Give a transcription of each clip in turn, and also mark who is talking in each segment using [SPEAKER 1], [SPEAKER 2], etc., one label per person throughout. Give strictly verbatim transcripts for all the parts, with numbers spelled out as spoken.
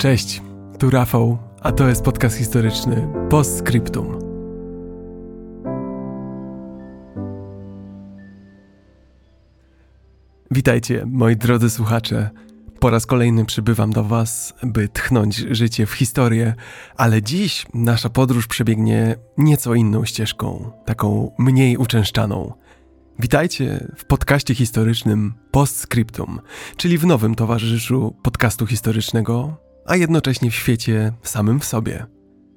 [SPEAKER 1] Cześć, tu Rafał, a to jest podcast historyczny Postscriptum. Witajcie, moi drodzy słuchacze. Po raz kolejny przybywam do Was, by tchnąć życie w historię, ale dziś nasza podróż przebiegnie nieco inną ścieżką, taką mniej uczęszczaną. Witajcie w podcaście historycznym Postscriptum, czyli w nowym towarzyszu podcastu historycznego, a jednocześnie w świecie samym w sobie.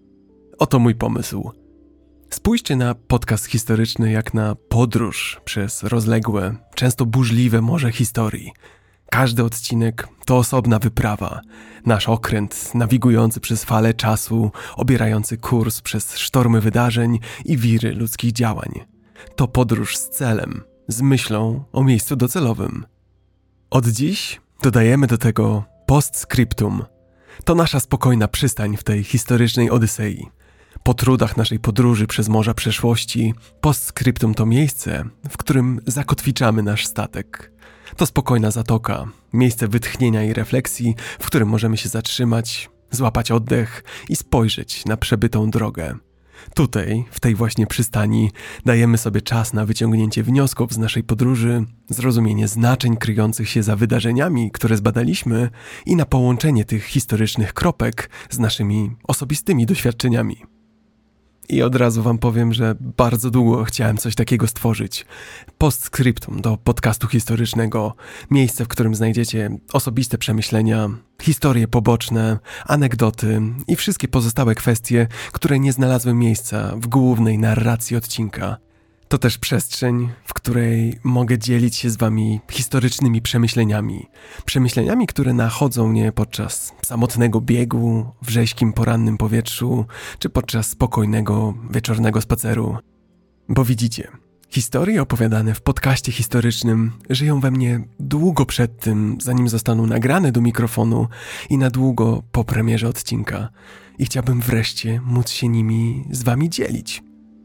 [SPEAKER 1] Oto mój pomysł. Spójrzcie na podcast historyczny jak na podróż przez rozległe, często burzliwe morze historii. Każdy odcinek to osobna wyprawa, nasz okręt nawigujący przez fale czasu, obierający kurs przez sztormy wydarzeń i wiry ludzkich działań. To podróż z celem, z myślą o miejscu docelowym. Od dziś dodajemy do tego postscriptum. To nasza spokojna przystań w tej historycznej odysei. Po trudach naszej podróży przez morza przeszłości, postscriptum to miejsce, w którym zakotwiczamy nasz statek. To spokojna zatoka, miejsce wytchnienia i refleksji, w którym możemy się zatrzymać, złapać oddech i spojrzeć na przebytą drogę. Tutaj, w tej właśnie przystani, dajemy sobie czas na wyciągnięcie wniosków z naszej podróży, zrozumienie znaczeń kryjących się za wydarzeniami, które zbadaliśmy i na połączenie tych historycznych kropek z naszymi osobistymi doświadczeniami. I od razu wam powiem, że bardzo długo chciałem coś takiego stworzyć. Postscriptum do podcastu historycznego, miejsce, w którym znajdziecie osobiste przemyślenia, historie poboczne, anegdoty i wszystkie pozostałe kwestie, które nie znalazły miejsca w głównej narracji odcinka. To też przestrzeń, w której mogę dzielić się z wami historycznymi przemyśleniami. Przemyśleniami, które nachodzą mnie podczas samotnego biegu, w rześkim porannym powietrzu, czy podczas spokojnego, wieczornego spaceru. Bo widzicie, historie opowiadane w podcaście historycznym żyją we mnie długo przed tym, zanim zostaną nagrane do mikrofonu i na długo po premierze odcinka. I chciałbym wreszcie móc się nimi z wami dzielić.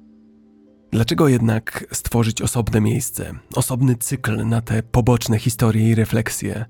[SPEAKER 1] Dlaczego jednak stworzyć osobne miejsce, osobny cykl na te poboczne historie i refleksje?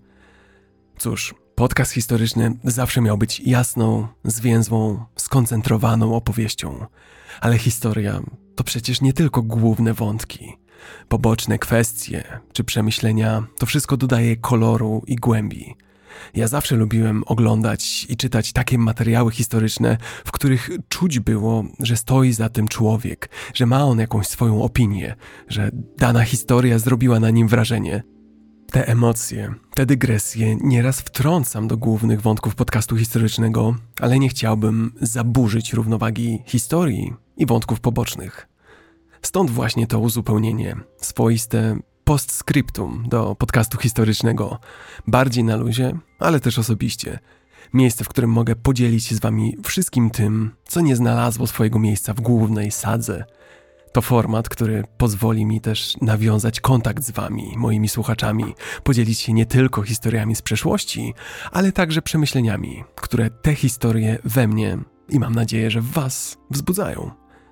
[SPEAKER 1] Cóż, podcast historyczny zawsze miał być jasną, zwięzłą, skoncentrowaną opowieścią. Ale historia to przecież nie tylko główne wątki. Poboczne kwestie czy przemyślenia to wszystko dodaje koloru i głębi. Ja zawsze lubiłem oglądać i czytać takie materiały historyczne, w których czuć było, że stoi za tym człowiek, że ma on jakąś swoją opinię, że dana historia zrobiła na nim wrażenie. Te emocje, te dygresje nieraz wtrącam do głównych wątków podcastu historycznego, ale nie chciałbym zaburzyć równowagi historii i wątków pobocznych. Stąd właśnie to uzupełnienie, swoiste postscriptum do podcastu historycznego, bardziej na luzie, ale też osobiście. Miejsce, w którym mogę podzielić się z wami wszystkim tym, co nie znalazło swojego miejsca w głównej sadze. To format, który pozwoli mi też nawiązać kontakt z wami, moimi słuchaczami, podzielić się nie tylko historiami z przeszłości, ale także przemyśleniami, które te historie we mnie i mam nadzieję, że w was wzbudzają.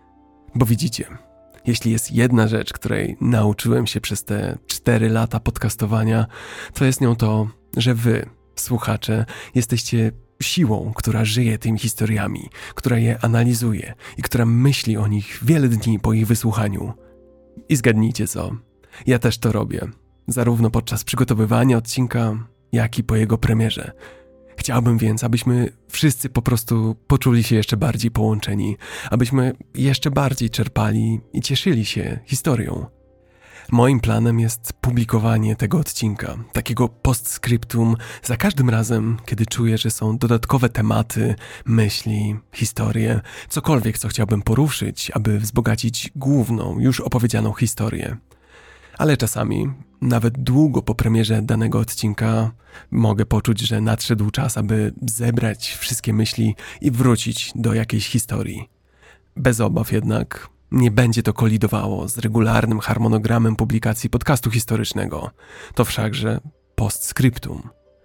[SPEAKER 1] Bo widzicie, jeśli jest jedna rzecz, której nauczyłem się przez te cztery lata podcastowania, to jest nią to, że wy, słuchacze, jesteście siłą, która żyje tymi historiami, która je analizuje i która myśli o nich wiele dni po ich wysłuchaniu. I zgadnijcie co, ja też to robię, zarówno podczas przygotowywania odcinka, jak i po jego premierze. Chciałbym więc, abyśmy wszyscy po prostu poczuli się jeszcze bardziej połączeni, abyśmy jeszcze bardziej czerpali i cieszyli się historią. Moim planem jest publikowanie tego odcinka, takiego postscriptum za każdym razem, kiedy czuję, że są dodatkowe tematy, myśli, historie, cokolwiek, co chciałbym poruszyć, aby wzbogacić główną, już opowiedzianą historię. Ale czasami, nawet długo po premierze danego odcinka, mogę poczuć, że nadszedł czas, aby zebrać wszystkie myśli i wrócić do jakiejś historii. Bez obaw jednak nie będzie to kolidowało z regularnym harmonogramem publikacji podcastu historycznego. To wszakże postscriptum.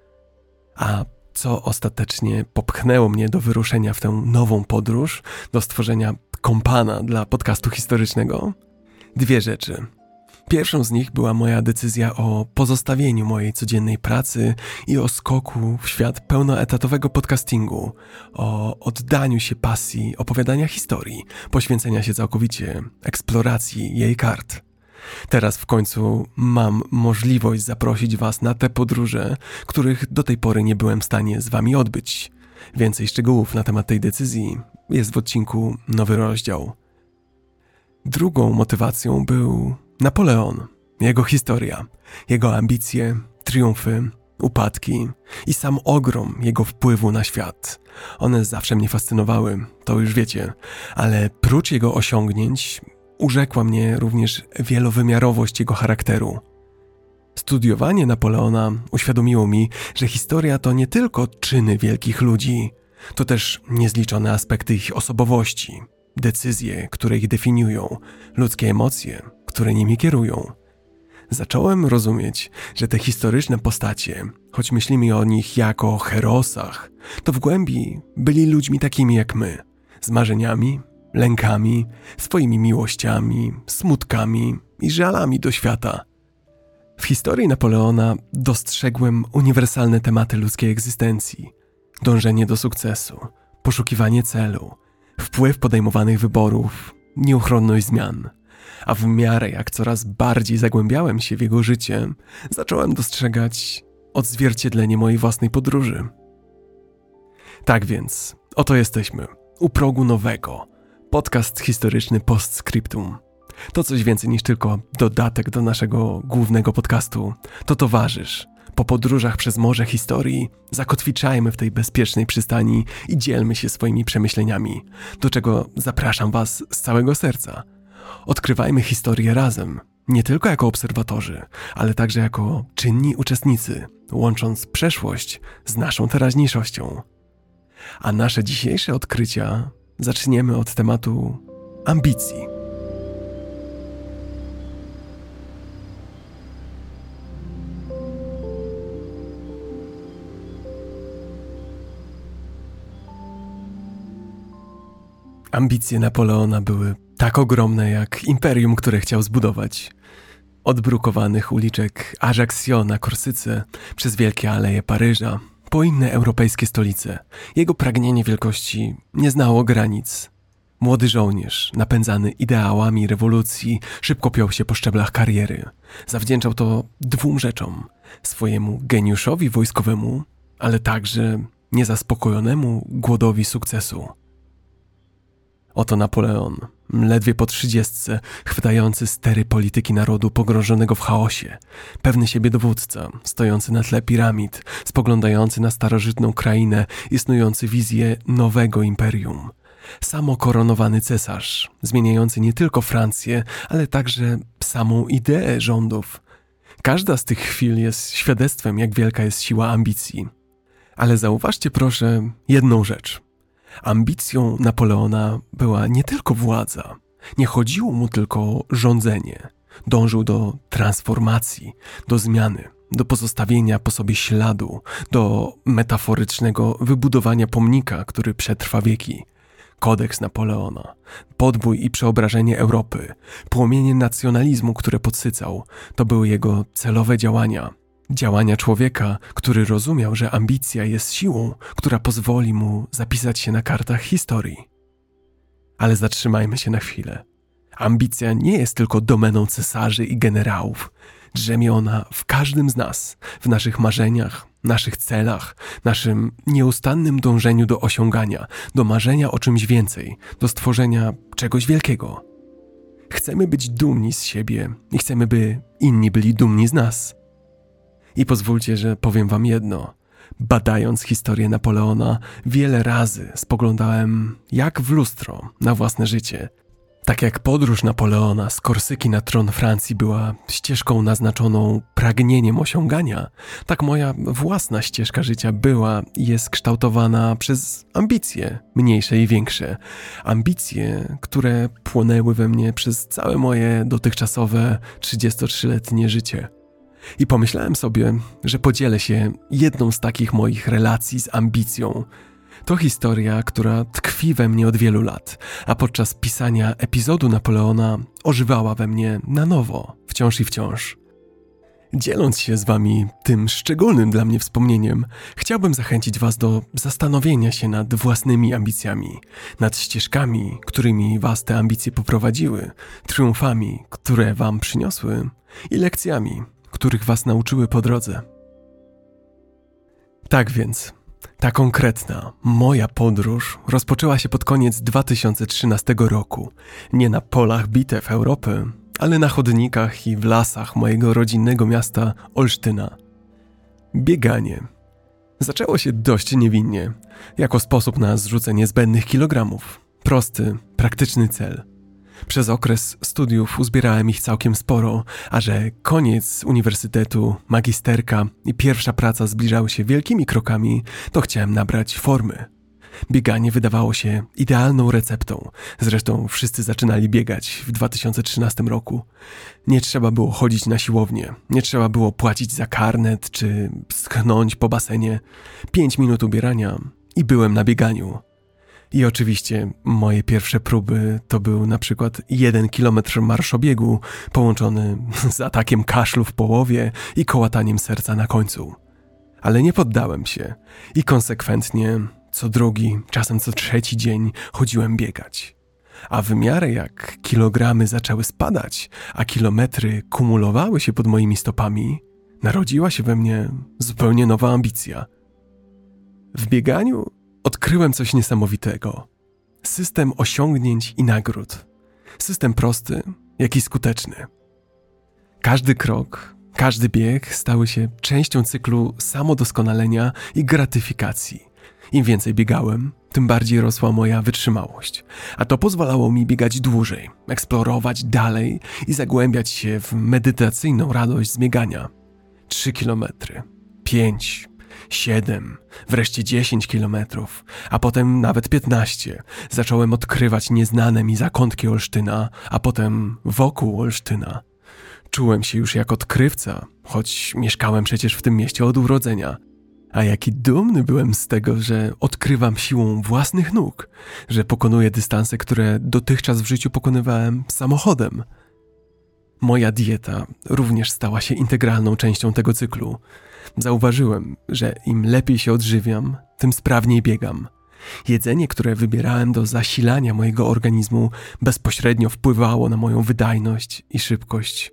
[SPEAKER 1] A co ostatecznie popchnęło mnie do wyruszenia w tę nową podróż, do stworzenia kompana dla podcastu historycznego? Dwie rzeczy. Pierwszą z nich była moja decyzja o pozostawieniu mojej codziennej pracy i o skoku w świat pełnoetatowego podcastingu, o oddaniu się pasji opowiadania historii, poświęcenia się całkowicie eksploracji jej kart. Teraz w końcu mam możliwość zaprosić was na te podróże, których do tej pory nie byłem w stanie z wami odbyć. Więcej szczegółów na temat tej decyzji jest w odcinku Nowy Rozdział. Drugą motywacją był Napoleon, jego historia, jego ambicje, triumfy, upadki i sam ogrom jego wpływu na świat. One zawsze mnie fascynowały, to już wiecie, ale prócz jego osiągnięć urzekła mnie również wielowymiarowość jego charakteru. Studiowanie Napoleona uświadomiło mi, że historia to nie tylko czyny wielkich ludzi, to też niezliczone aspekty ich osobowości, decyzje, które ich definiują, ludzkie emocje, które nimi kierują. Zacząłem rozumieć, że te historyczne postacie, choć myślimy o nich jako o herosach, to w głębi byli ludźmi takimi jak my, z marzeniami, lękami, swoimi miłościami, smutkami i żalami do świata. W historii Napoleona dostrzegłem uniwersalne tematy ludzkiej egzystencji, dążenie do sukcesu, poszukiwanie celu, wpływ podejmowanych wyborów, nieuchronność zmian. A w miarę jak coraz bardziej zagłębiałem się w jego życie, zacząłem dostrzegać odzwierciedlenie mojej własnej podróży. Tak więc, oto jesteśmy, u progu nowego. Podcast historyczny Postscriptum. To coś więcej niż tylko dodatek do naszego głównego podcastu. To towarzysz. Po podróżach przez morze historii zakotwiczajmy w tej bezpiecznej przystani i dzielmy się swoimi przemyśleniami, do czego zapraszam was z całego serca. Odkrywajmy historię razem, nie tylko jako obserwatorzy, ale także jako czynni uczestnicy, łącząc przeszłość z naszą teraźniejszością. A nasze dzisiejsze odkrycia zaczniemy od tematu ambicji. Ambicje Napoleona były tak ogromne jak imperium, które chciał zbudować. Od brukowanych uliczek Ajaccio na Korsyce, przez wielkie aleje Paryża, po inne europejskie stolice. Jego pragnienie wielkości nie znało granic. Młody żołnierz, napędzany ideałami rewolucji, szybko piął się po szczeblach kariery. Zawdzięczał to dwóm rzeczom. Swojemu geniuszowi wojskowemu, ale także niezaspokojonemu głodowi sukcesu. Oto Napoleon, ledwie po trzydziestce, chwytający stery polityki narodu pogrążonego w chaosie, pewny siebie dowódca, stojący na tle piramid, spoglądający na starożytną krainę i snujący wizję nowego imperium. Samokoronowany cesarz, zmieniający nie tylko Francję, ale także samą ideę rządów. Każda z tych chwil jest świadectwem, jak wielka jest siła ambicji. Ale zauważcie proszę jedną rzecz. Ambicją Napoleona była nie tylko władza. Nie chodziło mu tylko o rządzenie. Dążył do transformacji, do zmiany, do pozostawienia po sobie śladu, do metaforycznego wybudowania pomnika, który przetrwa wieki. Kodeks Napoleona, podbój i przeobrażenie Europy, płomienie nacjonalizmu, które podsycał, to były jego celowe działania. Działania człowieka, który rozumiał, że ambicja jest siłą, która pozwoli mu zapisać się na kartach historii. Ale zatrzymajmy się na chwilę. Ambicja nie jest tylko domeną cesarzy i generałów. Drzemie ona w każdym z nas, w naszych marzeniach, naszych celach, naszym nieustannym dążeniu do osiągania, do marzenia o czymś więcej, do stworzenia czegoś wielkiego. Chcemy być dumni z siebie i chcemy, by inni byli dumni z nas. I pozwólcie, że powiem wam jedno. Badając historię Napoleona, wiele razy spoglądałem jak w lustro na własne życie. Tak jak podróż Napoleona z Korsyki na tron Francji była ścieżką naznaczoną pragnieniem osiągania, tak moja własna ścieżka życia była i jest kształtowana przez ambicje, mniejsze i większe. Ambicje, które płonęły we mnie przez całe moje dotychczasowe trzydziestotrzyletnie życie. I pomyślałem sobie, że podzielę się jedną z takich moich relacji z ambicją. To historia, która tkwi we mnie od wielu lat, a podczas pisania epizodu Napoleona ożywała we mnie na nowo, w wciąż i wciąż. Dzieląc się z wami tym szczególnym dla mnie wspomnieniem, chciałbym zachęcić was do zastanowienia się nad własnymi ambicjami, nad ścieżkami, którymi was te ambicje poprowadziły, triumfami, które wam przyniosły i lekcjami, których was nauczyły po drodze. Tak więc, ta konkretna, moja podróż rozpoczęła się pod koniec dwa tysiące trzynastego roku, nie na polach bitew Europy, ale na chodnikach i w lasach mojego rodzinnego miasta Olsztyna. Bieganie. Zaczęło się dość niewinnie, jako sposób na zrzucenie zbędnych kilogramów. Prosty, praktyczny cel. Przez okres studiów uzbierałem ich całkiem sporo, a że koniec uniwersytetu, magisterka i pierwsza praca zbliżały się wielkimi krokami, to chciałem nabrać formy. Bieganie wydawało się idealną receptą. Zresztą wszyscy zaczynali biegać w dwa tysiące trzynastym roku. Nie trzeba było chodzić na siłownię, nie trzeba było płacić za karnet czy schnąć po basenie. Pięć minut ubierania i byłem na bieganiu. I oczywiście moje pierwsze próby to był na przykład jeden kilometr marszobiegu połączony z atakiem kaszlu w połowie i kołataniem serca na końcu. Ale nie poddałem się i konsekwentnie co drugi, czasem co trzeci dzień chodziłem biegać. A w miarę jak kilogramy zaczęły spadać, a kilometry kumulowały się pod moimi stopami, narodziła się we mnie zupełnie nowa ambicja. W bieganiu odkryłem coś niesamowitego. System osiągnięć i nagród. System prosty, jak i skuteczny. Każdy krok, każdy bieg stały się częścią cyklu samodoskonalenia i gratyfikacji. Im więcej biegałem, tym bardziej rosła moja wytrzymałość, a to pozwalało mi biegać dłużej, eksplorować dalej i zagłębiać się w medytacyjną radość z biegania. Trzy kilometry, pięć, siedem, wreszcie dziesięć kilometrów, a potem nawet piętnaście. Zacząłem odkrywać nieznane mi zakątki Olsztyna, a potem wokół Olsztyna. Czułem się już jak odkrywca, choć mieszkałem przecież w tym mieście od urodzenia. A jaki dumny byłem z tego, że odkrywam siłą własnych nóg, że pokonuję dystanse, które dotychczas w życiu pokonywałem samochodem. Moja dieta również stała się integralną częścią tego cyklu. Zauważyłem, że im lepiej się odżywiam, tym sprawniej biegam. Jedzenie, które wybierałem do zasilania mojego organizmu, bezpośrednio wpływało na moją wydajność i szybkość.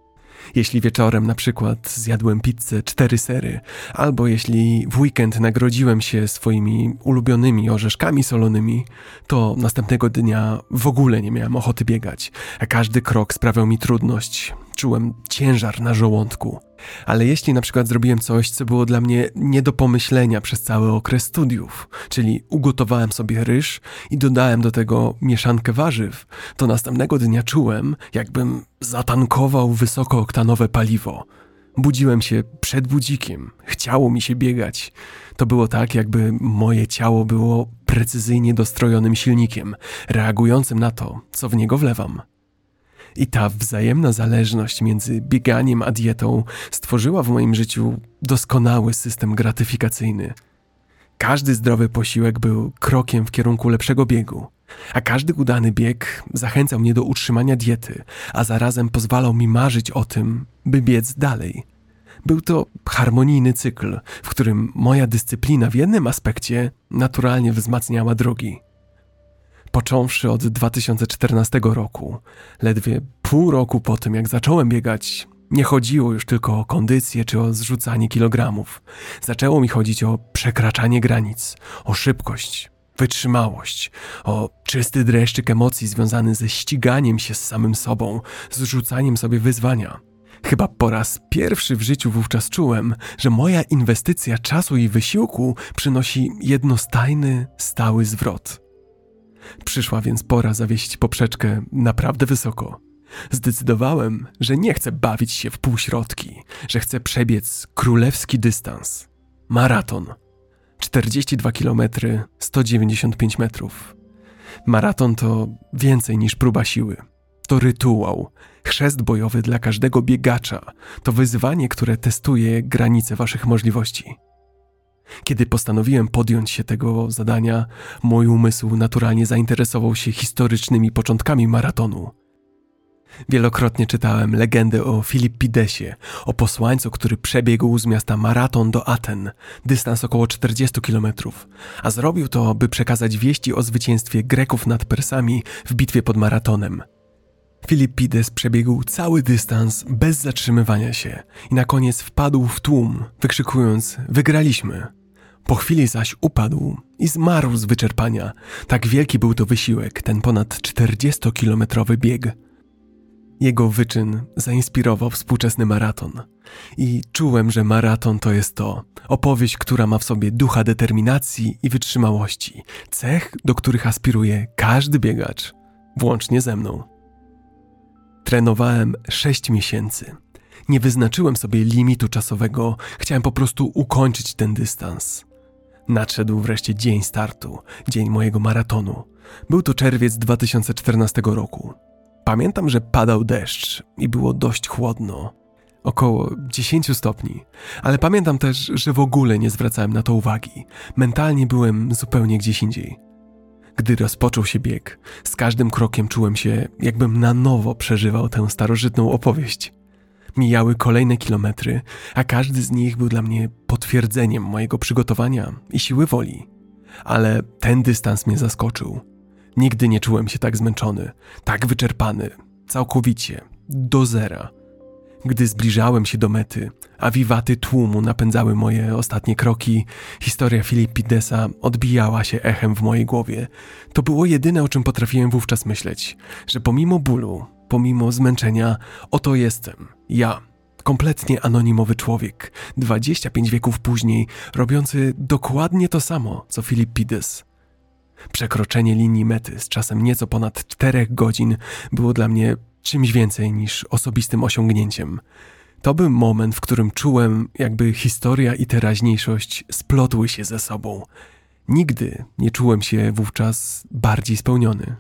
[SPEAKER 1] Jeśli wieczorem na przykład zjadłem pizzę cztery sery, albo jeśli w weekend nagrodziłem się swoimi ulubionymi orzeszkami solonymi, to następnego dnia w ogóle nie miałem ochoty biegać, a każdy krok sprawiał mi trudność. Czułem ciężar na żołądku. Ale jeśli na przykład zrobiłem coś, co było dla mnie nie do pomyślenia przez cały okres studiów, czyli ugotowałem sobie ryż i dodałem do tego mieszankę warzyw, to następnego dnia czułem, jakbym zatankował wysokooktanowe paliwo. Budziłem się przed budzikiem, chciało mi się biegać. To było tak, jakby moje ciało było precyzyjnie dostrojonym silnikiem, reagującym na to, co w niego wlewam. I ta wzajemna zależność między bieganiem a dietą stworzyła w moim życiu doskonały system gratyfikacyjny. Każdy zdrowy posiłek był krokiem w kierunku lepszego biegu, a każdy udany bieg zachęcał mnie do utrzymania diety, a zarazem pozwalał mi marzyć o tym, by biec dalej. Był to harmonijny cykl, w którym moja dyscyplina w jednym aspekcie naturalnie wzmacniała drugi. Począwszy od dwa tysiące czternastego roku, ledwie pół roku po tym, jak zacząłem biegać, nie chodziło już tylko o kondycję czy o zrzucanie kilogramów. Zaczęło mi chodzić o przekraczanie granic, o szybkość, wytrzymałość, o czysty dreszczyk emocji związany ze ściganiem się z samym sobą, z rzucaniem sobie wyzwania. Chyba po raz pierwszy w życiu wówczas czułem, że moja inwestycja czasu i wysiłku przynosi jednostajny, stały zwrot. Przyszła więc pora zawiesić poprzeczkę naprawdę wysoko. Zdecydowałem, że nie chcę bawić się w półśrodki, że chcę przebiec królewski dystans. Maraton. czterdzieści dwa kilometry, sto dziewięćdziesiąt pięć metrów. Maraton to więcej niż próba siły. To rytuał, chrzest bojowy dla każdego biegacza. To wyzwanie, które testuje granice waszych możliwości. Kiedy postanowiłem podjąć się tego zadania, mój umysł naturalnie zainteresował się historycznymi początkami maratonu. Wielokrotnie czytałem legendę o Filipidesie, o posłańcu, który przebiegł z miasta Maraton do Aten, dystans około czterdzieści kilometrów, a zrobił to, by przekazać wieści o zwycięstwie Greków nad Persami w bitwie pod Maratonem. Filipides przebiegł cały dystans bez zatrzymywania się i na koniec wpadł w tłum, wykrzykując: wygraliśmy. Po chwili zaś upadł i zmarł z wyczerpania. Tak wielki był to wysiłek, ten ponad czterdziestokilometrowy bieg. Jego wyczyn zainspirował współczesny maraton. I czułem, że maraton to jest to. Opowieść, która ma w sobie ducha determinacji i wytrzymałości. Cech, do których aspiruje każdy biegacz, włącznie ze mną. Trenowałem sześć miesięcy. Nie wyznaczyłem sobie limitu czasowego, chciałem po prostu ukończyć ten dystans. Nadszedł wreszcie dzień startu, dzień mojego maratonu. Był to czerwiec dwa tysiące czternastego roku. Pamiętam, że padał deszcz i było dość chłodno. Około dziesięć stopni. Ale pamiętam też, że w ogóle nie zwracałem na to uwagi. Mentalnie byłem zupełnie gdzieś indziej. Gdy rozpoczął się bieg, z każdym krokiem czułem się, jakbym na nowo przeżywał tę starożytną opowieść. Mijały kolejne kilometry, a każdy z nich był dla mnie potwierdzeniem mojego przygotowania i siły woli. Ale ten dystans mnie zaskoczył. Nigdy nie czułem się tak zmęczony, tak wyczerpany, całkowicie, do zera. Gdy zbliżałem się do mety, a wiwaty tłumu napędzały moje ostatnie kroki, historia Filipidesa odbijała się echem w mojej głowie. To było jedyne, o czym potrafiłem wówczas myśleć, że pomimo bólu, pomimo zmęczenia, oto jestem, ja, kompletnie anonimowy człowiek, dwadzieścia pięć wieków później, robiący dokładnie to samo, co Filipides. Przekroczenie linii mety z czasem nieco ponad czterech godzin było dla mnie czymś więcej niż osobistym osiągnięciem. To był moment, w którym czułem, jakby historia i teraźniejszość splotły się ze sobą. Nigdy nie czułem się wówczas bardziej spełniony.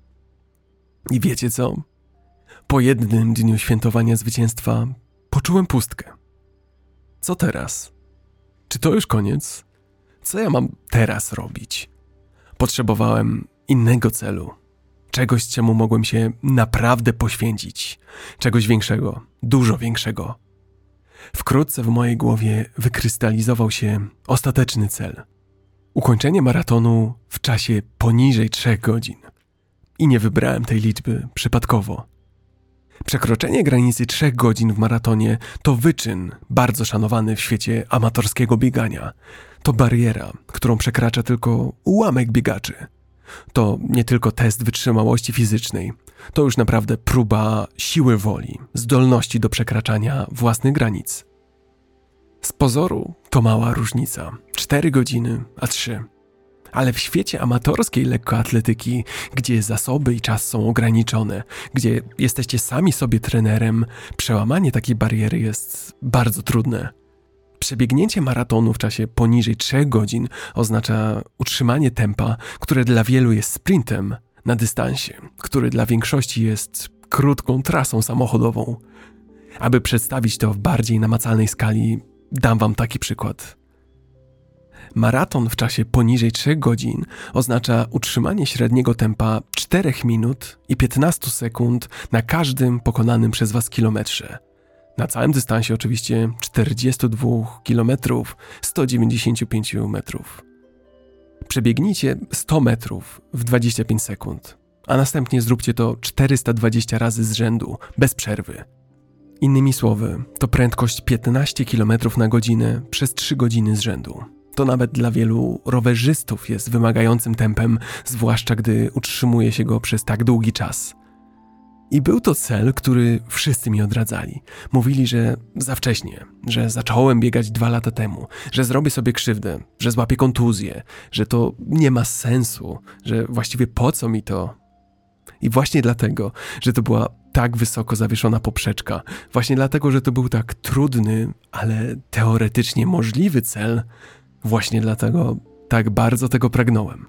[SPEAKER 1] I wiecie co? Po jednym dniu świętowania zwycięstwa poczułem pustkę. Co teraz? Czy to już koniec? Co ja mam teraz robić? Potrzebowałem innego celu. Czegoś, czemu mogłem się naprawdę poświęcić. Czegoś większego, dużo większego. Wkrótce w mojej głowie wykrystalizował się ostateczny cel. Ukończenie maratonu w czasie poniżej trzech godzin. I nie wybrałem tej liczby przypadkowo. Przekroczenie granicy trzech godzin w maratonie to wyczyn bardzo szanowany w świecie amatorskiego biegania. To bariera, którą przekracza tylko ułamek biegaczy. To nie tylko test wytrzymałości fizycznej, to już naprawdę próba siły woli, zdolności do przekraczania własnych granic. Z pozoru to mała różnica, cztery godziny, a trzy. Ale w świecie amatorskiej lekkoatletyki, gdzie zasoby i czas są ograniczone, gdzie jesteście sami sobie trenerem, przełamanie takiej bariery jest bardzo trudne. Przebiegnięcie maratonu w czasie poniżej trzech godzin oznacza utrzymanie tempa, które dla wielu jest sprintem na dystansie, który dla większości jest krótką trasą samochodową. Aby przedstawić to w bardziej namacalnej skali, dam wam taki przykład. Maraton w czasie poniżej trzech godzin oznacza utrzymanie średniego tempa czterech minut i piętnaście sekund na każdym pokonanym przez was kilometrze. Na całym dystansie oczywiście czterdzieści dwa kilometrów, sto dziewięćdziesiąt pięć metrów. Przebiegnijcie sto metrów w dwadzieścia pięć sekund, a następnie zróbcie to czterysta dwadzieścia razy z rzędu, bez przerwy. Innymi słowy, to prędkość piętnaście kilometrów na godzinę przez trzy godziny z rzędu. To nawet dla wielu rowerzystów jest wymagającym tempem, zwłaszcza gdy utrzymuje się go przez tak długi czas. I był to cel, który wszyscy mi odradzali. Mówili, że za wcześnie, że zacząłem biegać dwa lata temu, że zrobię sobie krzywdę, że złapię kontuzję, że to nie ma sensu, że właściwie po co mi to? I właśnie dlatego, że to była tak wysoko zawieszona poprzeczka, właśnie dlatego, że to był tak trudny, ale teoretycznie możliwy cel, właśnie dlatego tak bardzo tego pragnąłem.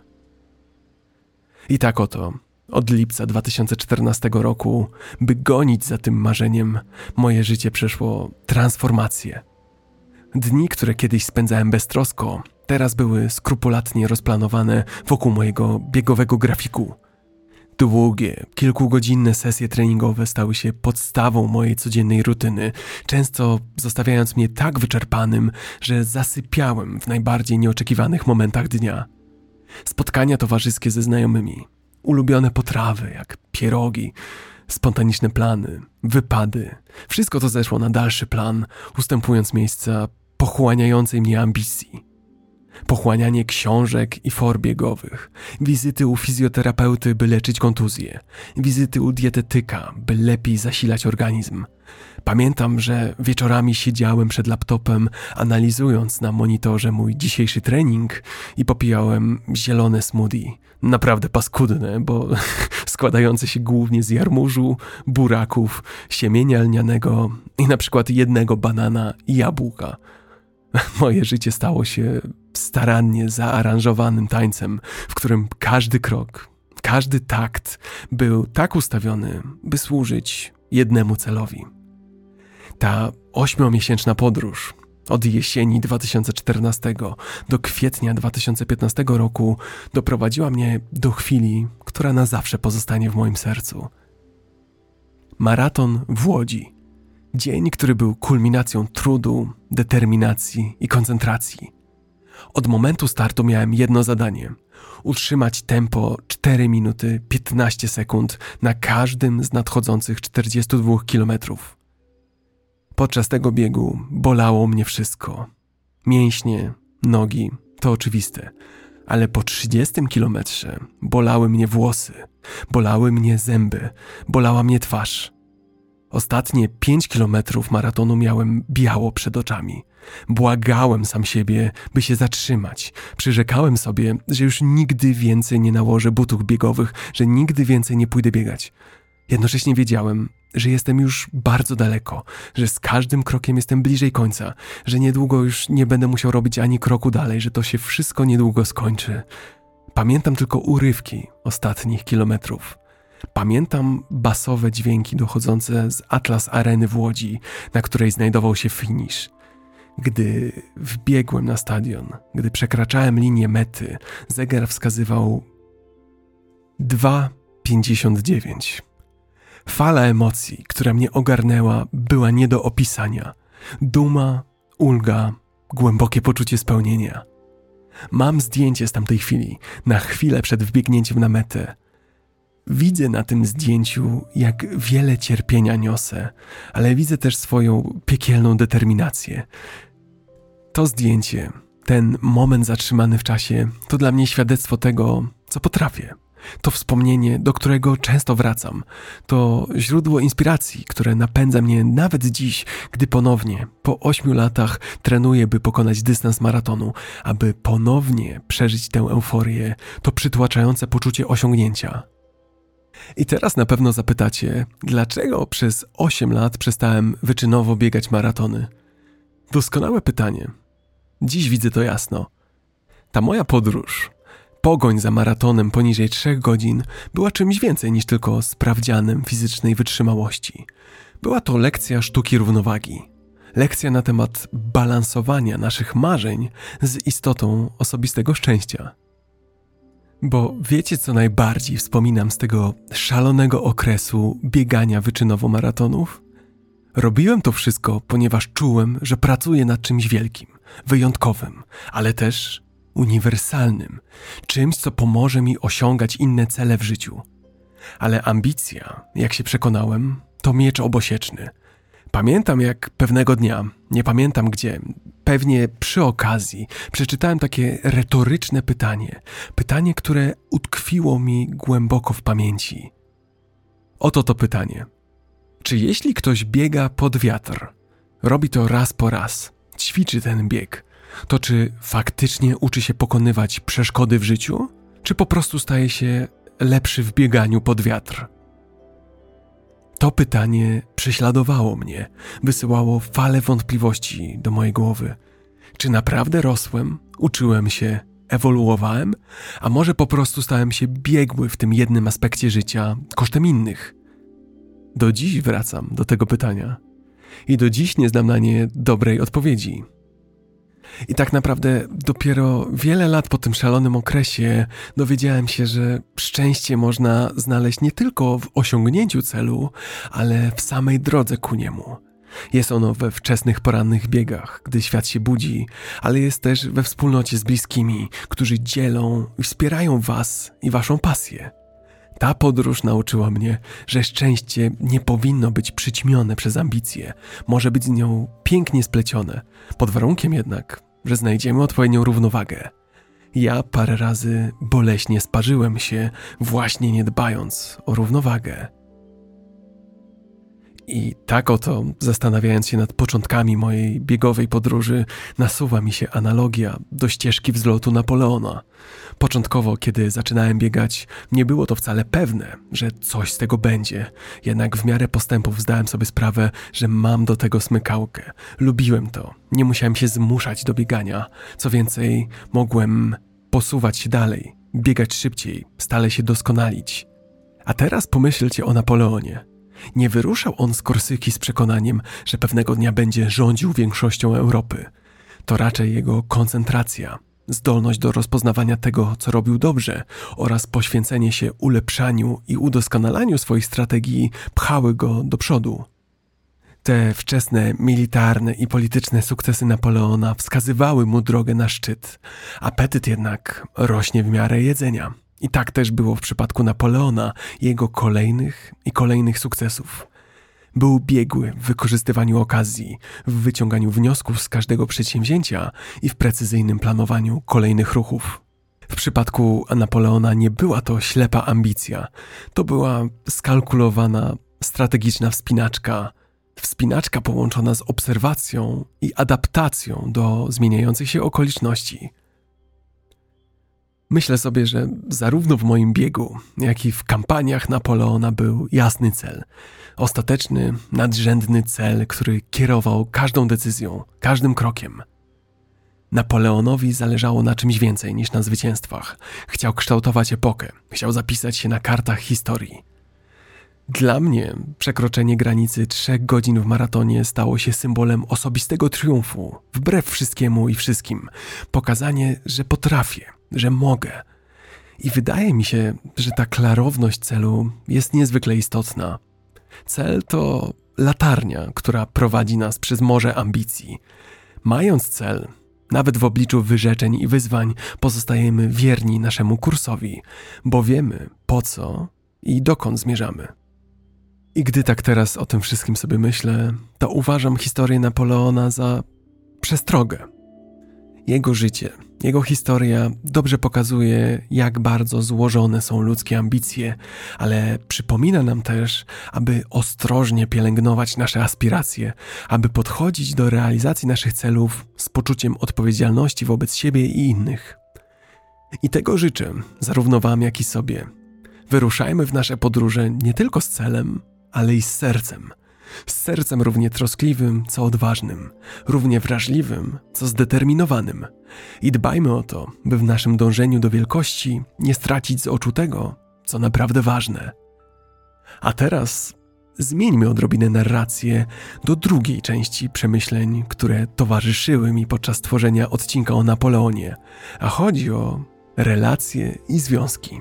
[SPEAKER 1] I tak oto, od lipca dwa tysiące czternastego roku, by gonić za tym marzeniem, moje życie przeszło transformację. Dni, które kiedyś spędzałem beztrosko, teraz były skrupulatnie rozplanowane wokół mojego biegowego grafiku. Długie, kilkugodzinne sesje treningowe stały się podstawą mojej codziennej rutyny, często zostawiając mnie tak wyczerpanym, że zasypiałem w najbardziej nieoczekiwanych momentach dnia. Spotkania towarzyskie ze znajomymi, ulubione potrawy jak pierogi, spontaniczne plany, wypady. Wszystko to zeszło na dalszy plan, ustępując miejsca pochłaniającej mnie ambicji. Pochłanianie książek i for biegowych, wizyty u fizjoterapeuty, by leczyć kontuzje, wizyty u dietetyka, by lepiej zasilać organizm. Pamiętam, że wieczorami siedziałem przed laptopem, analizując na monitorze mój dzisiejszy trening i popijałem zielone smoothie. Naprawdę paskudne, bo składające się głównie z jarmużu, buraków, siemienia lnianego i na przykład jednego banana i jabłka. Moje życie stało się starannie zaaranżowanym tańcem, w którym każdy krok, każdy takt był tak ustawiony, by służyć jednemu celowi. Ta ośmiomiesięczna podróż od jesieni dwa tysiące czternastego do kwietnia dwa tysiące piętnastego roku doprowadziła mnie do chwili, która na zawsze pozostanie w moim sercu. Maraton w Łodzi. Dzień, który był kulminacją trudu, determinacji i koncentracji. Od momentu startu miałem jedno zadanie – utrzymać tempo cztery minuty piętnaście sekund na każdym z nadchodzących czterdziestu dwóch kilometrów. Podczas tego biegu bolało mnie wszystko. Mięśnie, nogi, to oczywiste, ale po trzydziestym kilometrze bolały mnie włosy, bolały mnie zęby, bolała mnie twarz. Ostatnie pięć kilometrów maratonu miałem biało przed oczami. Błagałem sam siebie, by się zatrzymać. Przyrzekałem sobie, że już nigdy więcej nie nałożę butów biegowych, że nigdy więcej nie pójdę biegać. Jednocześnie wiedziałem, że jestem już bardzo daleko, że z każdym krokiem jestem bliżej końca, że niedługo już nie będę musiał robić ani kroku dalej, że to się wszystko niedługo skończy. Pamiętam tylko urywki ostatnich kilometrów. Pamiętam basowe dźwięki dochodzące z Atlas Areny w Łodzi, na której znajdował się finisz. Gdy wbiegłem na stadion, gdy przekraczałem linię mety, zegar wskazywał dwa pięćdziesiąt dziewięć. Fala emocji, która mnie ogarnęła, była nie do opisania. Duma, ulga, głębokie poczucie spełnienia. Mam zdjęcie z tamtej chwili, na chwilę przed wbiegnięciem na metę. Widzę na tym zdjęciu, jak wiele cierpienia niosę, ale widzę też swoją piekielną determinację. To zdjęcie, ten moment zatrzymany w czasie, to dla mnie świadectwo tego, co potrafię. To wspomnienie, do którego często wracam. To źródło inspiracji, które napędza mnie nawet dziś, gdy ponownie, po ośmiu latach, trenuję, by pokonać dystans maratonu, aby ponownie przeżyć tę euforię, to przytłaczające poczucie osiągnięcia. I teraz na pewno zapytacie, dlaczego przez osiem lat przestałem wyczynowo biegać maratony? Doskonałe pytanie. Dziś widzę to jasno. Ta moja podróż, pogoń za maratonem poniżej trzech godzin była czymś więcej niż tylko sprawdzianem fizycznej wytrzymałości. Była to lekcja sztuki równowagi. Lekcja na temat balansowania naszych marzeń z istotą osobistego szczęścia. Bo wiecie, co najbardziej wspominam z tego szalonego okresu biegania wyczynowo maratonów? Robiłem to wszystko, ponieważ czułem, że pracuję nad czymś wielkim, wyjątkowym, ale też uniwersalnym, czymś, co pomoże mi osiągać inne cele w życiu. Ale ambicja, jak się przekonałem, to miecz obosieczny. Pamiętam, jak pewnego dnia, nie pamiętam gdzie, pewnie przy okazji, przeczytałem takie retoryczne pytanie. Pytanie, które utkwiło mi głęboko w pamięci. Oto to pytanie. Czy jeśli ktoś biega pod wiatr, robi to raz po raz, ćwiczy ten bieg, to czy faktycznie uczy się pokonywać przeszkody w życiu, czy po prostu staje się lepszy w bieganiu pod wiatr? To pytanie prześladowało mnie, wysyłało falę wątpliwości do mojej głowy. Czy naprawdę rosłem, uczyłem się, ewoluowałem, a może po prostu stałem się biegły w tym jednym aspekcie życia kosztem innych? Do dziś wracam do tego pytania i do dziś nie znam na nie dobrej odpowiedzi. I tak naprawdę dopiero wiele lat po tym szalonym okresie dowiedziałem się, że szczęście można znaleźć nie tylko w osiągnięciu celu, ale w samej drodze ku niemu. Jest ono we wczesnych porannych biegach, gdy świat się budzi, ale jest też we wspólnocie z bliskimi, którzy dzielą i wspierają was i waszą pasję. Ta podróż nauczyła mnie, że szczęście nie powinno być przyćmione przez ambicje, może być z nią pięknie splecione, pod warunkiem jednak, że znajdziemy odpowiednią równowagę. Ja parę razy boleśnie sparzyłem się, właśnie nie dbając o równowagę. I tak oto, zastanawiając się nad początkami mojej biegowej podróży, nasuwa mi się analogia do ścieżki wzlotu Napoleona. Początkowo, kiedy zaczynałem biegać, nie było to wcale pewne, że coś z tego będzie. Jednak w miarę postępów zdałem sobie sprawę, że mam do tego smykałkę. Lubiłem to, nie musiałem się zmuszać do biegania. Co więcej, mogłem posuwać się dalej, biegać szybciej, stale się doskonalić. A teraz pomyślcie o Napoleonie. Nie wyruszał on z Korsyki z przekonaniem, że pewnego dnia będzie rządził większością Europy. To raczej jego koncentracja, zdolność do rozpoznawania tego, co robił dobrze oraz poświęcenie się ulepszaniu i udoskonalaniu swoich strategii pchały go do przodu. Te wczesne militarne i polityczne sukcesy Napoleona wskazywały mu drogę na szczyt. Apetyt jednak rośnie w miarę jedzenia. I tak też było w przypadku Napoleona i jego kolejnych i kolejnych sukcesów. Był biegły w wykorzystywaniu okazji, w wyciąganiu wniosków z każdego przedsięwzięcia i w precyzyjnym planowaniu kolejnych ruchów. W przypadku Napoleona nie była to ślepa ambicja, to była skalkulowana, strategiczna wspinaczka, wspinaczka połączona z obserwacją i adaptacją do zmieniających się okoliczności. Myślę sobie, że zarówno w moim biegu, jak i w kampaniach Napoleona był jasny cel. Ostateczny, nadrzędny cel, który kierował każdą decyzją, każdym krokiem. Napoleonowi zależało na czymś więcej niż na zwycięstwach. Chciał kształtować epokę, chciał zapisać się na kartach historii. Dla mnie przekroczenie granicy trzech godzin w maratonie stało się symbolem osobistego triumfu, wbrew wszystkiemu i wszystkim. Pokazanie, że potrafię, że mogę. I wydaje mi się, że ta klarowność celu jest niezwykle istotna. Cel to latarnia, która prowadzi nas przez morze ambicji. Mając cel, nawet w obliczu wyrzeczeń i wyzwań, pozostajemy wierni naszemu kursowi, bo wiemy po co i dokąd zmierzamy. I gdy tak teraz o tym wszystkim sobie myślę, to uważam historię Napoleona za przestrogę. Jego życie, jego historia dobrze pokazuje, jak bardzo złożone są ludzkie ambicje, ale przypomina nam też, aby ostrożnie pielęgnować nasze aspiracje, aby podchodzić do realizacji naszych celów z poczuciem odpowiedzialności wobec siebie i innych. I tego życzę zarówno wam, jak i sobie. Wyruszajmy w nasze podróże nie tylko z celem, ale i z sercem. Z sercem równie troskliwym, co odważnym, równie wrażliwym, co zdeterminowanym. I dbajmy o to, by w naszym dążeniu do wielkości nie stracić z oczu tego, co naprawdę ważne. A teraz zmieńmy odrobinę narrację do drugiej części przemyśleń, które towarzyszyły mi podczas tworzenia odcinka o Napoleonie, a chodzi o relacje i związki.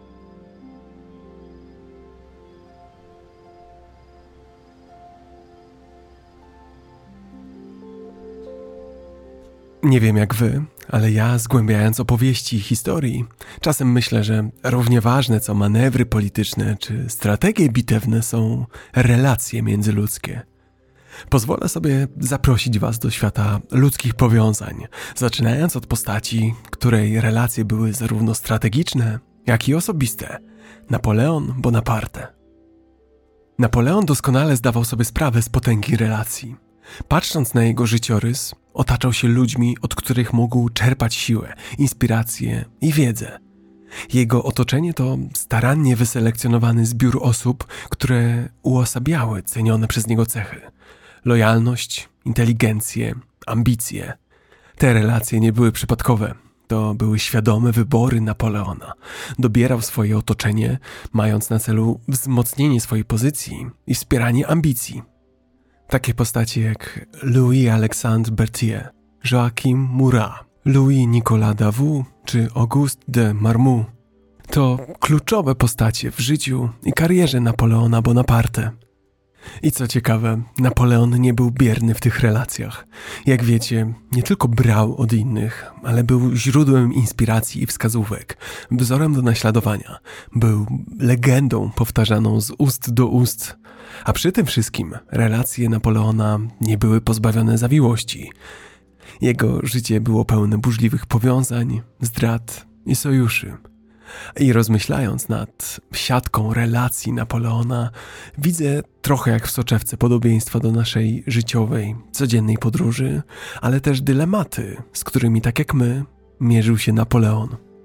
[SPEAKER 1] Nie wiem jak wy, ale ja, zgłębiając opowieści i historii, czasem myślę, że równie ważne co manewry polityczne czy strategie bitewne są relacje międzyludzkie. Pozwolę sobie zaprosić was do świata ludzkich powiązań, zaczynając od postaci, której relacje były zarówno strategiczne, jak i osobiste. Napoleon Bonaparte. Napoleon doskonale zdawał sobie sprawę z potęgi relacji. Patrząc na jego życiorys, otaczał się ludźmi, od których mógł czerpać siłę, inspirację i wiedzę. Jego otoczenie to starannie wyselekcjonowany zbiór osób, które uosabiały cenione przez niego cechy. Lojalność, inteligencję, ambicje. Te relacje nie były przypadkowe. To były świadome wybory Napoleona. Dobierał swoje otoczenie, mając na celu wzmocnienie swojej pozycji i wspieranie ambicji. Takie postacie jak Louis Alexandre Berthier, Joachim Murat, Louis-Nicolas Davout czy Auguste de Marmont to kluczowe postacie w życiu i karierze Napoleona Bonaparte. I co ciekawe, Napoleon nie był bierny w tych relacjach. Jak wiecie, nie tylko brał od innych, ale był źródłem inspiracji i wskazówek, wzorem do naśladowania. Był legendą powtarzaną z ust do ust. A przy tym wszystkim relacje Napoleona nie były pozbawione zawiłości. Jego życie było pełne burzliwych powiązań, zdrad i sojuszy. I rozmyślając nad siatką relacji Napoleona, widzę trochę jak w soczewce podobieństwa do naszej życiowej, codziennej podróży, ale też dylematy, z którymi tak jak my mierzył się Napoleon.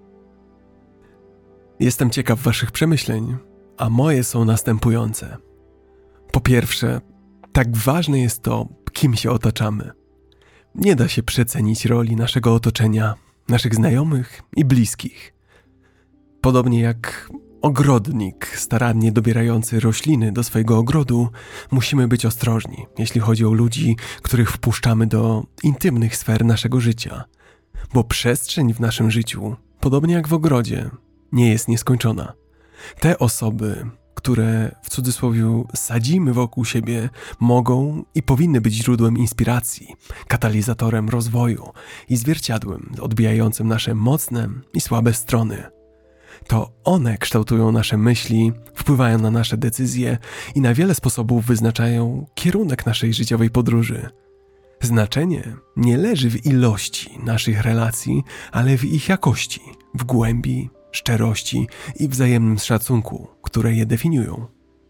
[SPEAKER 1] Jestem ciekaw waszych przemyśleń, a moje są następujące. Po pierwsze, tak ważne jest to, kim się otaczamy. Nie da się przecenić roli naszego otoczenia, naszych znajomych i bliskich. Podobnie jak ogrodnik starannie dobierający rośliny do swojego ogrodu, musimy być ostrożni, jeśli chodzi o ludzi, których wpuszczamy do intymnych sfer naszego życia. Bo przestrzeń w naszym życiu, podobnie jak w ogrodzie, nie jest nieskończona. Te osoby, które w cudzysłowie sadzimy wokół siebie, mogą i powinny być źródłem inspiracji, katalizatorem rozwoju i zwierciadłem odbijającym nasze mocne i słabe strony. To one kształtują nasze myśli, wpływają na nasze decyzje i na wiele sposobów wyznaczają kierunek naszej życiowej podróży. Znaczenie nie leży w ilości naszych relacji, ale w ich jakości, w głębi, szczerości i wzajemnym szacunku, które je definiują.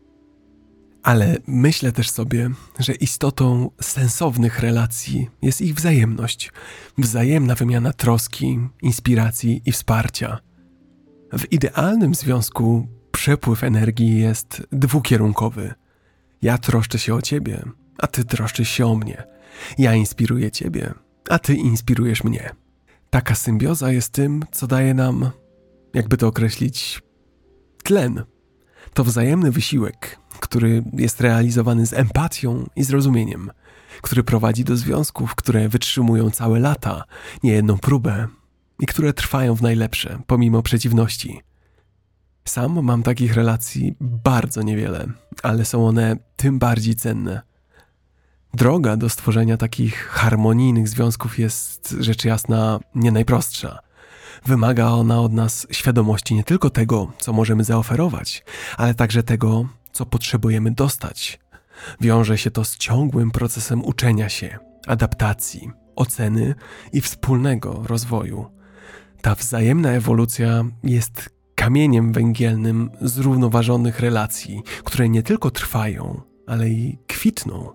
[SPEAKER 1] Ale myślę też sobie, że istotą sensownych relacji jest ich wzajemność, wzajemna wymiana troski, inspiracji i wsparcia. W idealnym związku przepływ energii jest dwukierunkowy. Ja troszczę się o ciebie, a ty troszczysz się o mnie. Ja inspiruję ciebie, a ty inspirujesz mnie. Taka symbioza jest tym, co daje nam, jakby to określić, tlen. To wzajemny wysiłek, który jest realizowany z empatią i zrozumieniem, który prowadzi do związków, które wytrzymują całe lata, niejedną próbę i które trwają w najlepsze, pomimo przeciwności. Sam mam takich relacji bardzo niewiele, ale są one tym bardziej cenne. Droga do stworzenia takich harmonijnych związków jest rzecz jasna nie najprostsza. Wymaga ona od nas świadomości nie tylko tego, co możemy zaoferować, ale także tego, co potrzebujemy dostać. Wiąże się to z ciągłym procesem uczenia się, adaptacji, oceny i wspólnego rozwoju. Ta wzajemna ewolucja jest kamieniem węgielnym zrównoważonych relacji, które nie tylko trwają, ale i kwitną.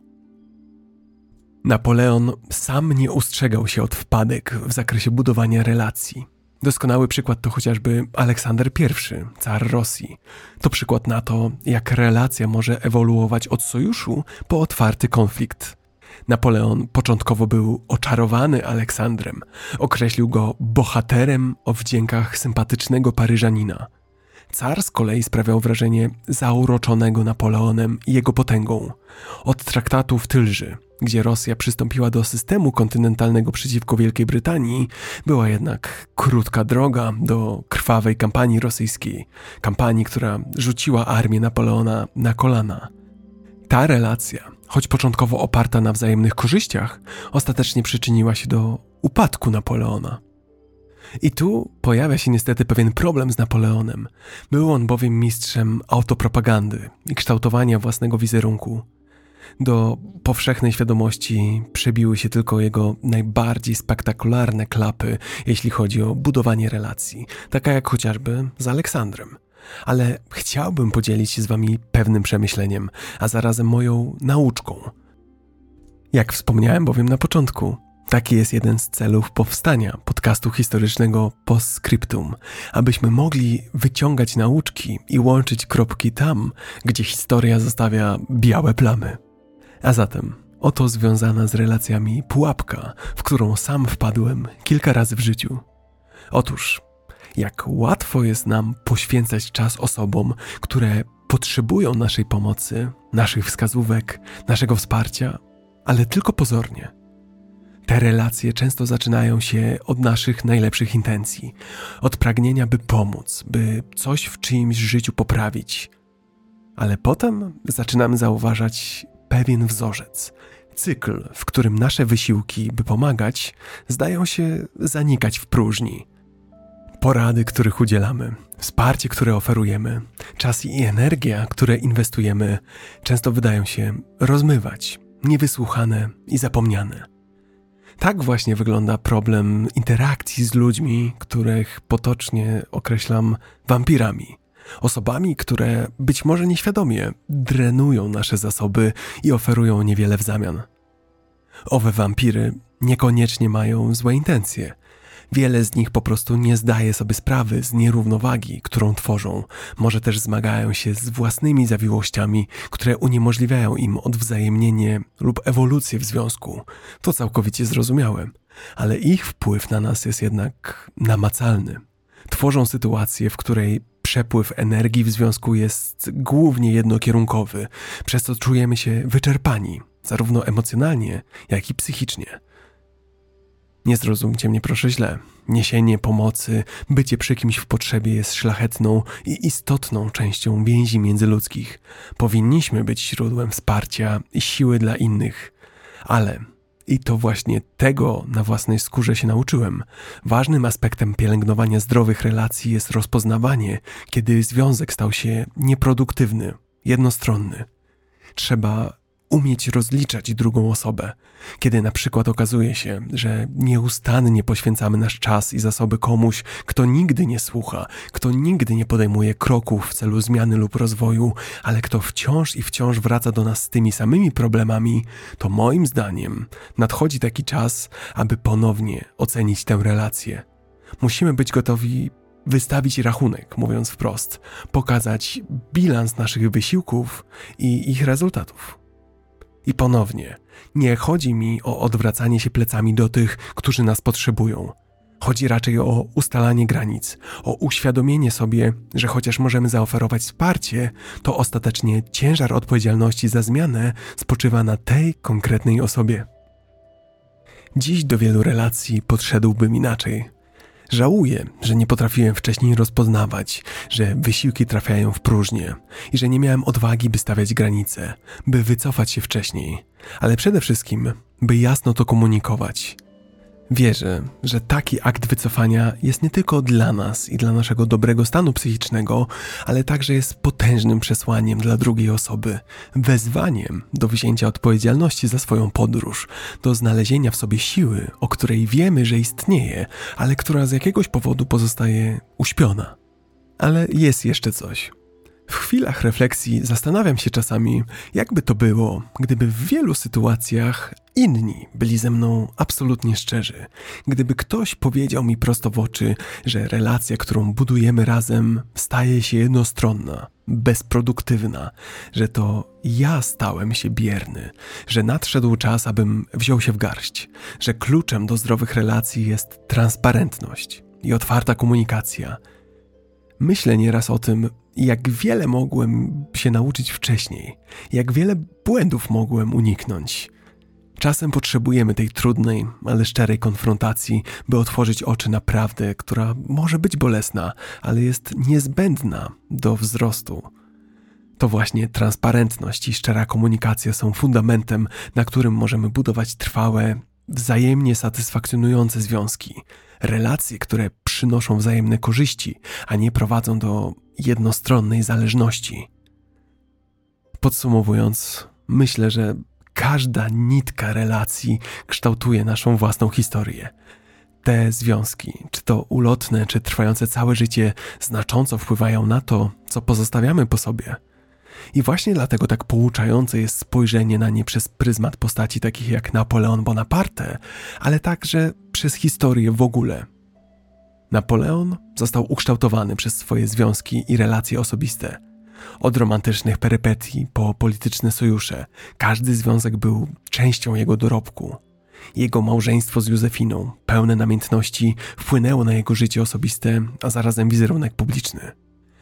[SPEAKER 1] Napoleon sam nie ustrzegał się od wpadek w zakresie budowania relacji. Doskonały przykład to chociażby Aleksander Pierwszy, car Rosji. To przykład na to, jak relacja może ewoluować od sojuszu po otwarty konflikt. Napoleon początkowo był oczarowany Aleksandrem. Określił go bohaterem o wdziękach sympatycznego Paryżanina. Car z kolei sprawiał wrażenie zauroczonego Napoleonem i jego potęgą. Od traktatu w Tylży, gdzie Rosja przystąpiła do systemu kontynentalnego przeciwko Wielkiej Brytanii, była jednak krótka droga do krwawej kampanii rosyjskiej. Kampanii, która rzuciła armię Napoleona na kolana. Ta relacja, choć początkowo oparta na wzajemnych korzyściach, ostatecznie przyczyniła się do upadku Napoleona. I tu pojawia się niestety pewien problem z Napoleonem. Był on bowiem mistrzem autopropagandy i kształtowania własnego wizerunku. Do powszechnej świadomości przebiły się tylko jego najbardziej spektakularne klapy, jeśli chodzi o budowanie relacji, taka jak chociażby z Aleksandrem. Ale chciałbym podzielić się z wami pewnym przemyśleniem, a zarazem moją nauczką. Jak wspomniałem bowiem na początku, taki jest jeden z celów powstania podcastu historycznego Postscriptum, abyśmy mogli wyciągać nauczki i łączyć kropki tam, gdzie historia zostawia białe plamy. A zatem oto związana z relacjami pułapka, w którą sam wpadłem kilka razy w życiu. Otóż, jak łatwo jest nam poświęcać czas osobom, które potrzebują naszej pomocy, naszych wskazówek, naszego wsparcia, ale tylko pozornie. Te relacje często zaczynają się od naszych najlepszych intencji, od pragnienia, by pomóc, by coś w czyimś życiu poprawić. Ale potem zaczynamy zauważać pewien wzorzec, cykl, w którym nasze wysiłki, by pomagać, zdają się zanikać w próżni. Porady, których udzielamy, wsparcie, które oferujemy, czas i energia, które inwestujemy, często wydają się rozmywać, niewysłuchane i zapomniane. Tak właśnie wygląda problem interakcji z ludźmi, których potocznie określam wampirami. Osobami, które być może nieświadomie drenują nasze zasoby i oferują niewiele w zamian. Owe wampiry niekoniecznie mają złe intencje. Wiele z nich po prostu nie zdaje sobie sprawy z nierównowagi, którą tworzą. Może też zmagają się z własnymi zawiłościami, które uniemożliwiają im odwzajemnienie lub ewolucję w związku. To całkowicie zrozumiałe, ale ich wpływ na nas jest jednak namacalny. Tworzą sytuację, w której przepływ energii w związku jest głównie jednokierunkowy, przez co czujemy się wyczerpani, zarówno emocjonalnie, jak i psychicznie. Nie zrozumcie mnie proszę źle. Niesienie pomocy, bycie przy kimś w potrzebie jest szlachetną i istotną częścią więzi międzyludzkich. Powinniśmy być źródłem wsparcia i siły dla innych. Ale, i to właśnie tego na własnej skórze się nauczyłem, ważnym aspektem pielęgnowania zdrowych relacji jest rozpoznawanie, kiedy związek stał się nieproduktywny, jednostronny. Trzeba umieć rozliczać drugą osobę, kiedy na przykład okazuje się, że nieustannie poświęcamy nasz czas i zasoby komuś, kto nigdy nie słucha, kto nigdy nie podejmuje kroków w celu zmiany lub rozwoju, ale kto wciąż i wciąż wraca do nas z tymi samymi problemami, to moim zdaniem nadchodzi taki czas, aby ponownie ocenić tę relację. Musimy być gotowi wystawić rachunek, mówiąc wprost, pokazać bilans naszych wysiłków i ich rezultatów. I ponownie, nie chodzi mi o odwracanie się plecami do tych, którzy nas potrzebują. Chodzi raczej o ustalanie granic, o uświadomienie sobie, że chociaż możemy zaoferować wsparcie, to ostatecznie ciężar odpowiedzialności za zmianę spoczywa na tej konkretnej osobie. Dziś do wielu relacji podszedłbym inaczej. Żałuję, że nie potrafiłem wcześniej rozpoznawać, że wysiłki trafiają w próżnię i że nie miałem odwagi, by stawiać granice, by wycofać się wcześniej, ale przede wszystkim, by jasno to komunikować. Wierzę, że taki akt wycofania jest nie tylko dla nas i dla naszego dobrego stanu psychicznego, ale także jest potężnym przesłaniem dla drugiej osoby, wezwaniem do wzięcia odpowiedzialności za swoją podróż, do znalezienia w sobie siły, o której wiemy, że istnieje, ale która z jakiegoś powodu pozostaje uśpiona. Ale jest jeszcze coś. W chwilach refleksji zastanawiam się czasami, jakby to było, gdyby w wielu sytuacjach inni byli ze mną absolutnie szczerzy. Gdyby ktoś powiedział mi prosto w oczy, że relacja, którą budujemy razem, staje się jednostronna, bezproduktywna, że to ja stałem się bierny, że nadszedł czas, abym wziął się w garść, że kluczem do zdrowych relacji jest transparentność i otwarta komunikacja. Myślę nieraz o tym, jak wiele mogłem się nauczyć wcześniej, jak wiele błędów mogłem uniknąć. Czasem potrzebujemy tej trudnej, ale szczerej konfrontacji, by otworzyć oczy na prawdę, która może być bolesna, ale jest niezbędna do wzrostu. To właśnie transparentność i szczera komunikacja są fundamentem, na którym możemy budować trwałe, wzajemnie satysfakcjonujące związki. Relacje, które przynoszą wzajemne korzyści, a nie prowadzą do jednostronnej zależności. Podsumowując, myślę, że każda nitka relacji kształtuje naszą własną historię. Te związki, czy to ulotne, czy trwające całe życie, znacząco wpływają na to, co pozostawiamy po sobie. I właśnie dlatego tak pouczające jest spojrzenie na nie przez pryzmat postaci takich jak Napoleon Bonaparte, ale także przez historię w ogóle. Napoleon został ukształtowany przez swoje związki i relacje osobiste. Od romantycznych perypetii po polityczne sojusze, każdy związek był częścią jego dorobku. Jego małżeństwo z Józefiną, pełne namiętności, wpłynęło na jego życie osobiste, a zarazem wizerunek publiczny.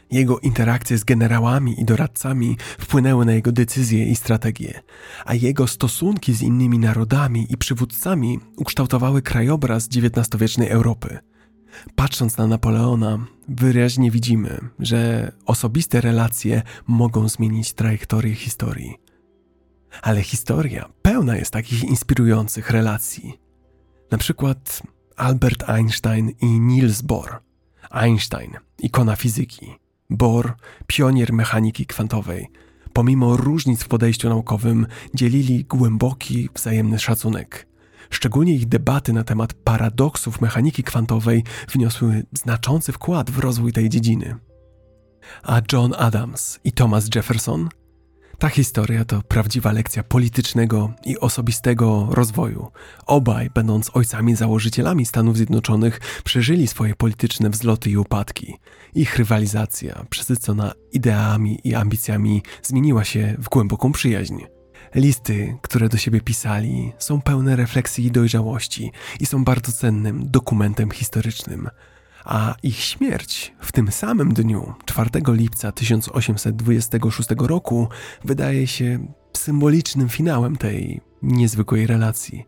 [SPEAKER 1] Jego interakcje z generałami i doradcami wpłynęły na jego decyzje i strategie, a jego stosunki z innymi narodami i przywódcami ukształtowały krajobraz dziewiętnastowiecznej Europy. Patrząc na Napoleona, wyraźnie widzimy, że osobiste relacje mogą zmienić trajektorię historii. Ale historia pełna jest takich inspirujących relacji. Na przykład Albert Einstein i Niels Bohr. Einstein, ikona fizyki. Bohr, pionier mechaniki kwantowej. Pomimo różnic w podejściu naukowym, dzielili głęboki, wzajemny szacunek. Szczególnie ich debaty na temat paradoksów mechaniki kwantowej wniosły znaczący wkład w rozwój tej dziedziny. A John Adams i Thomas Jefferson? Ta historia to prawdziwa lekcja politycznego i osobistego rozwoju. Obaj, będąc ojcami założycielami Stanów Zjednoczonych, przeżyli swoje polityczne wzloty i upadki. Ich rywalizacja, przesycona ideami i ambicjami, zmieniła się w głęboką przyjaźń. Listy, które do siebie pisali, są pełne refleksji i dojrzałości i są bardzo cennym dokumentem historycznym. A ich śmierć w tym samym dniu, czwartego lipca tysiąc osiemset dwudziestego szóstego roku, wydaje się symbolicznym finałem tej niezwykłej relacji.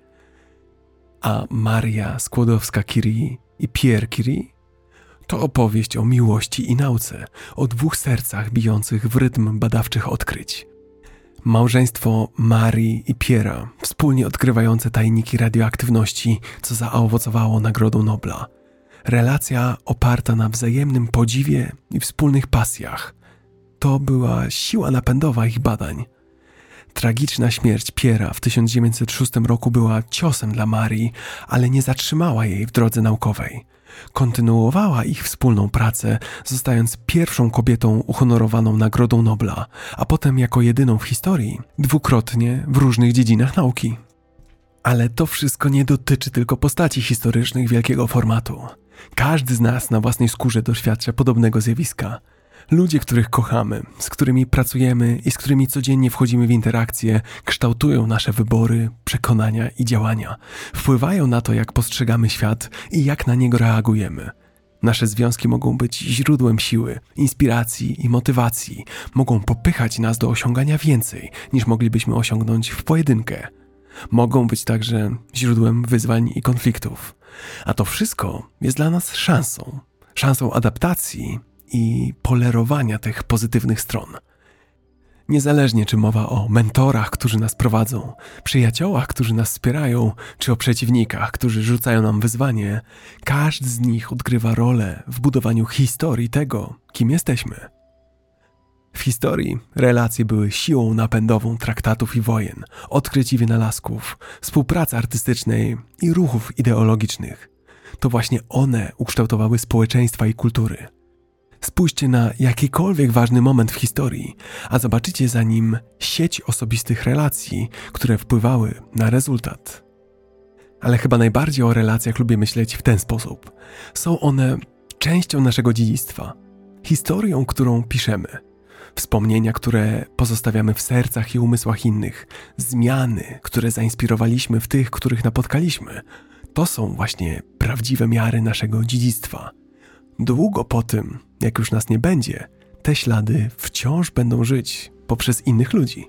[SPEAKER 1] A Maria Skłodowska-Curie i Pierre Curie to opowieść o miłości i nauce, o dwóch sercach bijących w rytm badawczych odkryć. Małżeństwo Marii i Pierre'a, wspólnie odkrywające tajniki radioaktywności, co zaowocowało Nagrodą Nobla. Relacja oparta na wzajemnym podziwie i wspólnych pasjach. To była siła napędowa ich badań. Tragiczna śmierć Pierre'a w tysiąc dziewięćset szóstym roku była ciosem dla Marii, ale nie zatrzymała jej w drodze naukowej. Kontynuowała ich wspólną pracę, zostając pierwszą kobietą uhonorowaną Nagrodą Nobla, a potem jako jedyną w historii, dwukrotnie w różnych dziedzinach nauki. Ale to wszystko nie dotyczy tylko postaci historycznych wielkiego formatu. Każdy z nas na własnej skórze doświadcza podobnego zjawiska. Ludzie, których kochamy, z którymi pracujemy i z którymi codziennie wchodzimy w interakcje, kształtują nasze wybory, przekonania i działania. Wpływają na to, jak postrzegamy świat i jak na niego reagujemy. Nasze związki mogą być źródłem siły, inspiracji i motywacji. Mogą popychać nas do osiągania więcej, niż moglibyśmy osiągnąć w pojedynkę. Mogą być także źródłem wyzwań i konfliktów. A to wszystko jest dla nas szansą. Szansą adaptacji i polerowania tych pozytywnych stron. Niezależnie czy mowa o mentorach, którzy nas prowadzą, przyjaciołach, którzy nas wspierają, czy o przeciwnikach, którzy rzucają nam wyzwanie, każdy z nich odgrywa rolę w budowaniu historii tego, kim jesteśmy. W historii relacje były siłą napędową traktatów i wojen, odkryć i wynalazków, współpracy artystycznej i ruchów ideologicznych. To właśnie one ukształtowały społeczeństwa i kultury. Spójrzcie na jakikolwiek ważny moment w historii, a zobaczycie za nim sieć osobistych relacji, które wpływały na rezultat. Ale chyba najbardziej o relacjach lubię myśleć w ten sposób. Są one częścią naszego dziedzictwa, historią, którą piszemy. Wspomnienia, które pozostawiamy w sercach i umysłach innych, zmiany, które zainspirowaliśmy w tych, których napotkaliśmy, to są właśnie prawdziwe miary naszego dziedzictwa. Długo po tym, jak już nas nie będzie, te ślady wciąż będą żyć poprzez innych ludzi.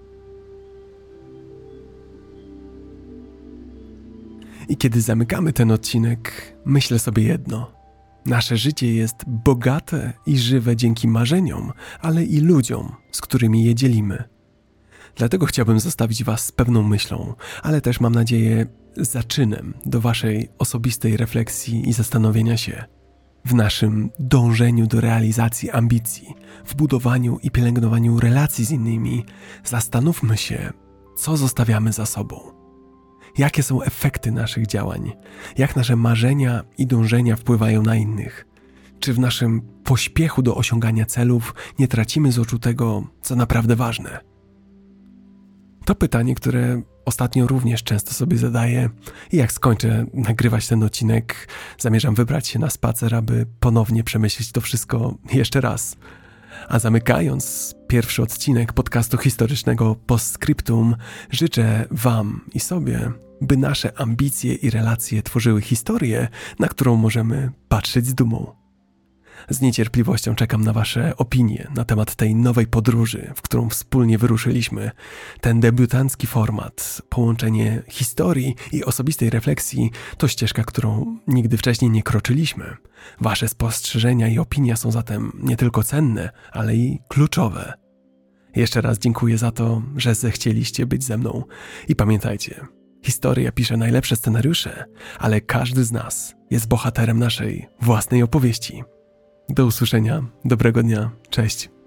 [SPEAKER 1] I kiedy zamykamy ten odcinek, myślę sobie jedno. Nasze życie jest bogate i żywe dzięki marzeniom, ale i ludziom, z którymi je dzielimy. Dlatego chciałbym zostawić Was z pewną myślą, ale też mam nadzieję zaczynem do Waszej osobistej refleksji i zastanowienia się. W naszym dążeniu do realizacji ambicji, w budowaniu i pielęgnowaniu relacji z innymi, zastanówmy się, co zostawiamy za sobą. Jakie są efekty naszych działań? Jak nasze marzenia i dążenia wpływają na innych? Czy w naszym pośpiechu do osiągania celów nie tracimy z oczu tego, co naprawdę ważne? To pytanie, które ostatnio również często sobie zadaję i jak skończę nagrywać ten odcinek, zamierzam wybrać się na spacer, aby ponownie przemyśleć to wszystko jeszcze raz. A zamykając pierwszy odcinek podcastu historycznego Postscriptum, życzę Wam i sobie, by nasze ambicje i relacje tworzyły historię, na którą możemy patrzeć z dumą. Z niecierpliwością czekam na wasze opinie na temat tej nowej podróży, w którą wspólnie wyruszyliśmy. Ten debiutancki format, połączenie historii i osobistej refleksji to ścieżka, którą nigdy wcześniej nie kroczyliśmy. Wasze spostrzeżenia i opinia są zatem nie tylko cenne, ale i kluczowe. Jeszcze raz dziękuję za to, że zechcieliście być ze mną i pamiętajcie, historia pisze najlepsze scenariusze, ale każdy z nas jest bohaterem naszej własnej opowieści. Do usłyszenia, dobrego dnia, cześć.